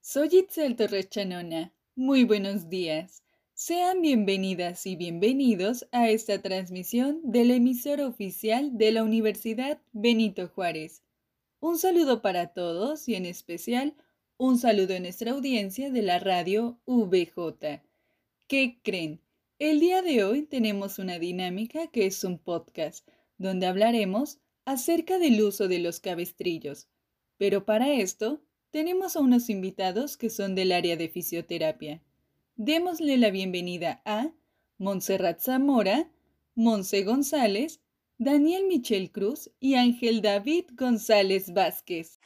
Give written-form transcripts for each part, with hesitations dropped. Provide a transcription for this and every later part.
Soy Itzel Torres Chanona. Muy buenos días. Sean bienvenidas y bienvenidos a esta transmisión del emisor oficial de la Universidad Benito Juárez. Un saludo para todos y en especial un saludo a nuestra audiencia de la radio VJ. ¿Qué creen? El día de hoy tenemos una dinámica que es un podcast, donde hablaremos acerca del uso de los cabestrillos. Pero para esto, tenemos a unos invitados que son del área de fisioterapia. Démosle la bienvenida a Montserrat Zamora, Monse González, Daniel Michel Cruz y Ángel David González Vázquez.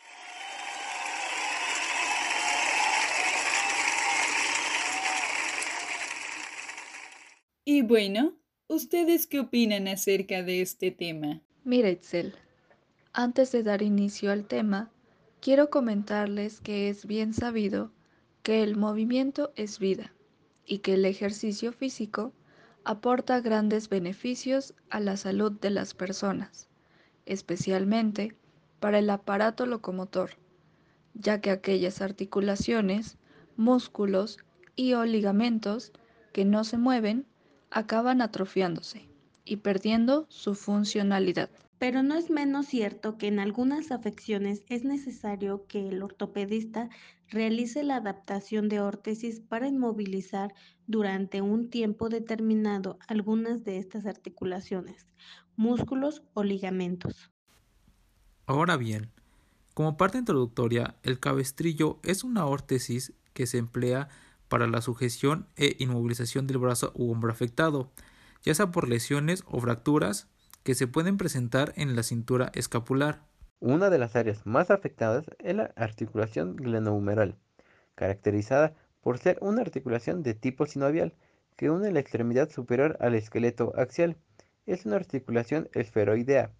Y bueno, ¿ustedes qué opinan acerca de este tema? Mira, Itzel, antes de dar inicio al tema, quiero comentarles que es bien sabido que el movimiento es vida y que el ejercicio físico aporta grandes beneficios a la salud de las personas, especialmente para el aparato locomotor, ya que aquellas articulaciones, músculos y o ligamentos que no se mueven acaban atrofiándose y perdiendo su funcionalidad. Pero no es menos cierto que en algunas afecciones es necesario que el ortopedista realice la adaptación de órtesis para inmovilizar durante un tiempo determinado algunas de estas articulaciones, músculos o ligamentos. Ahora bien, como parte introductoria, el cabestrillo es una órtesis que se emplea para la sujeción e inmovilización del brazo u hombro afectado, ya sea por lesiones o fracturas que se pueden presentar en la cintura escapular. Una de las áreas más afectadas es la articulación glenohumeral, caracterizada por ser una articulación de tipo sinovial que une la extremidad superior al esqueleto axial. Es una articulación esferoidea,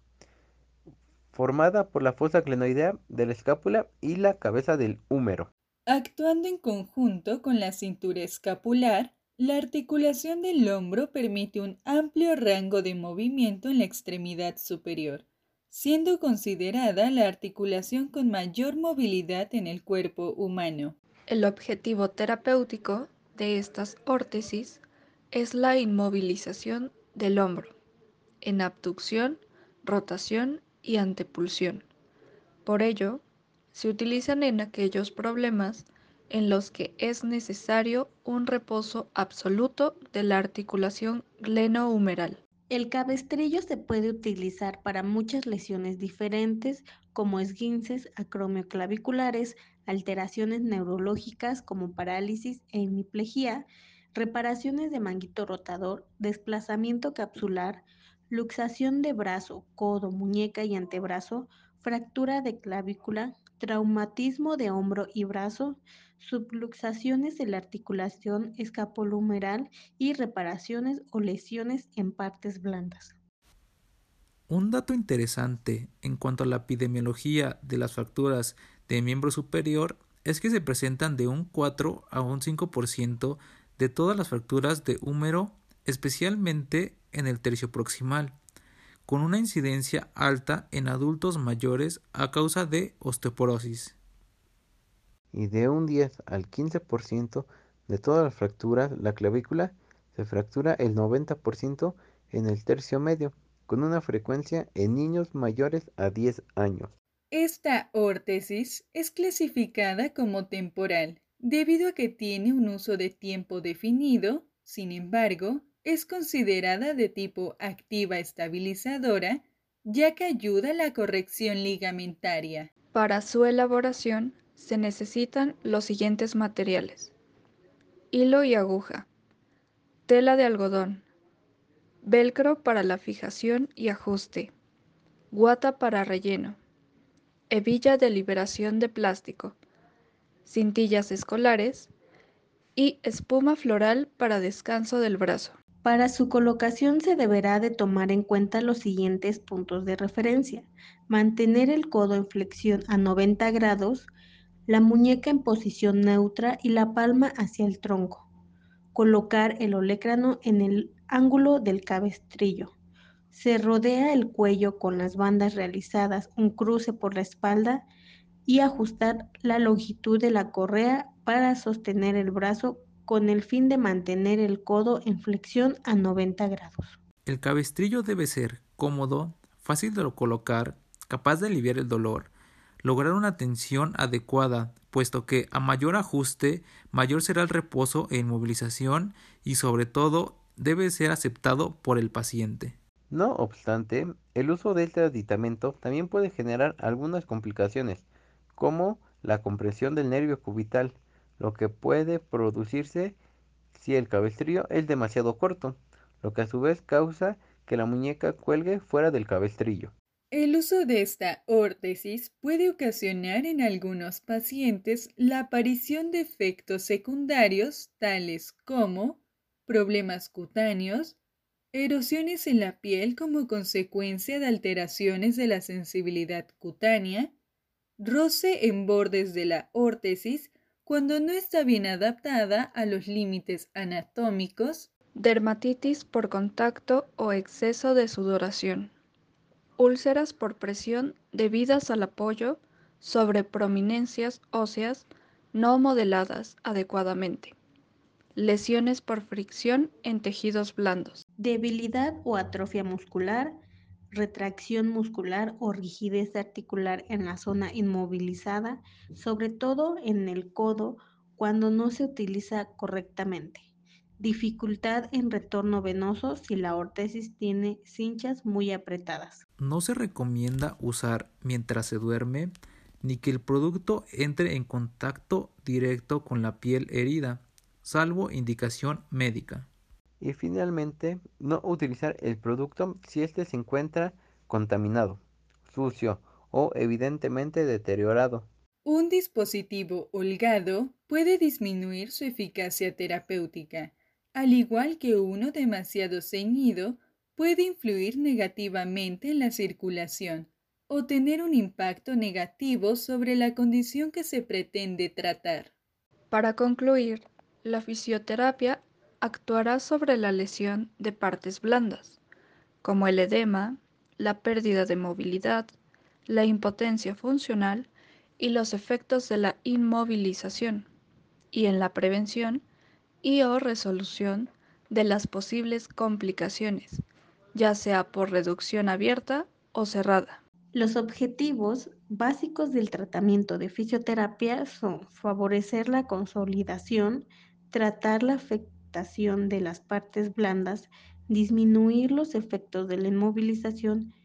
formada por la fosa glenoidea de la escápula y la cabeza del húmero. Actuando en conjunto con la cintura escapular, la articulación del hombro permite un amplio rango de movimiento en la extremidad superior, siendo considerada la articulación con mayor movilidad en el cuerpo humano. El objetivo terapéutico de estas órtesis es la inmovilización del hombro en abducción, rotación y antepulsión. Por ello, se utilizan en aquellos problemas en los que es necesario un reposo absoluto de la articulación glenohumeral. El cabestrillo se puede utilizar para muchas lesiones diferentes, como esguinces acromioclaviculares, alteraciones neurológicas como parálisis e hemiplegia, reparaciones de manguito rotador, desplazamiento capsular, luxación de brazo, codo, muñeca y antebrazo, fractura de clavícula, traumatismo de hombro y brazo, subluxaciones de la articulación escapulohumeral y reparaciones o lesiones en partes blandas. Un dato interesante en cuanto a la epidemiología de las fracturas de miembro superior es que se presentan de un 4 a un 5% de todas las fracturas de húmero, especialmente en el tercio proximal, con una incidencia alta en adultos mayores a causa de osteoporosis. Y de un 10 al 15% de todas las fracturas, la clavícula se fractura el 90% en el tercio medio, con una frecuencia en niños mayores a 10 años. Esta órtesis es clasificada como temporal, debido a que tiene un uso de tiempo definido. Sin embargo, es considerada de tipo activa estabilizadora, ya que ayuda a la corrección ligamentaria. Para su elaboración se necesitan los siguientes materiales: hilo y aguja, tela de algodón, velcro para la fijación y ajuste, guata para relleno, hebilla de liberación de plástico, cintillas escolares y espuma floral para descanso del brazo. Para su colocación se deberá de tomar en cuenta los siguientes puntos de referencia: mantener el codo en flexión a 90 grados, la muñeca en posición neutra y la palma hacia el tronco. Colocar el olecrano en el ángulo del cabestrillo. Se rodea el cuello con las bandas realizadas un cruce por la espalda y ajustar la longitud de la correa para sostener el brazo con el fin de mantener el codo en flexión a 90 grados. El cabestrillo debe ser cómodo, fácil de colocar, capaz de aliviar el dolor, lograr una tensión adecuada, puesto que a mayor ajuste, mayor será el reposo e inmovilización y sobre todo debe ser aceptado por el paciente. No obstante, el uso de este aditamento también puede generar algunas complicaciones, como la compresión del nervio cubital, lo que puede producirse si el cabestrillo es demasiado corto, lo que a su vez causa que la muñeca cuelgue fuera del cabestrillo. El uso de esta órtesis puede ocasionar en algunos pacientes la aparición de efectos secundarios tales como problemas cutáneos, erosiones en la piel como consecuencia de alteraciones de la sensibilidad cutánea, roce en bordes de la órtesis cuando no está bien adaptada a los límites anatómicos, dermatitis por contacto o exceso de sudoración, úlceras por presión debidas al apoyo sobre prominencias óseas no modeladas adecuadamente, lesiones por fricción en tejidos blandos, debilidad o atrofia muscular, retracción muscular o rigidez articular en la zona inmovilizada, sobre todo en el codo cuando no se utiliza correctamente. Dificultad en retorno venoso si la órtesis tiene cinchas muy apretadas. No se recomienda usar mientras se duerme ni que el producto entre en contacto directo con la piel herida, salvo indicación médica. Y finalmente, no utilizar el producto si éste se encuentra contaminado, sucio o evidentemente deteriorado. Un dispositivo holgado puede disminuir su eficacia terapéutica, al igual que uno demasiado ceñido puede influir negativamente en la circulación o tener un impacto negativo sobre la condición que se pretende tratar. Para concluir, la fisioterapia actuará sobre la lesión de partes blandas, como el edema, la pérdida de movilidad, la impotencia funcional y los efectos de la inmovilización, y en la prevención y o resolución de las posibles complicaciones, ya sea por reducción abierta o cerrada. Los objetivos básicos del tratamiento de fisioterapia son favorecer la consolidación, tratar la afectación de las partes blandas, disminuir los efectos de la inmovilización,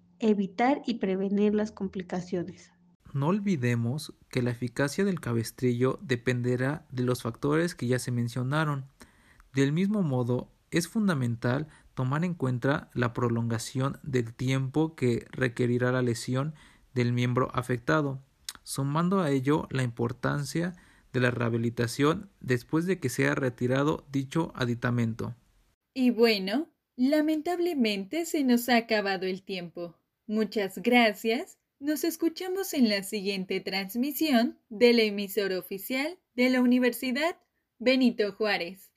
evitar y prevenir las complicaciones. No olvidemos que la eficacia del cabestrillo dependerá de los factores que ya se mencionaron. Del mismo modo, es fundamental tomar en cuenta la prolongación del tiempo que requerirá la lesión del miembro afectado, sumando a ello la importancia de la rehabilitación después de que sea retirado dicho aditamento. Y bueno, lamentablemente se nos ha acabado el tiempo. Muchas gracias. Nos escuchamos en la siguiente transmisión de la emisora oficial de la Universidad Benito Juárez.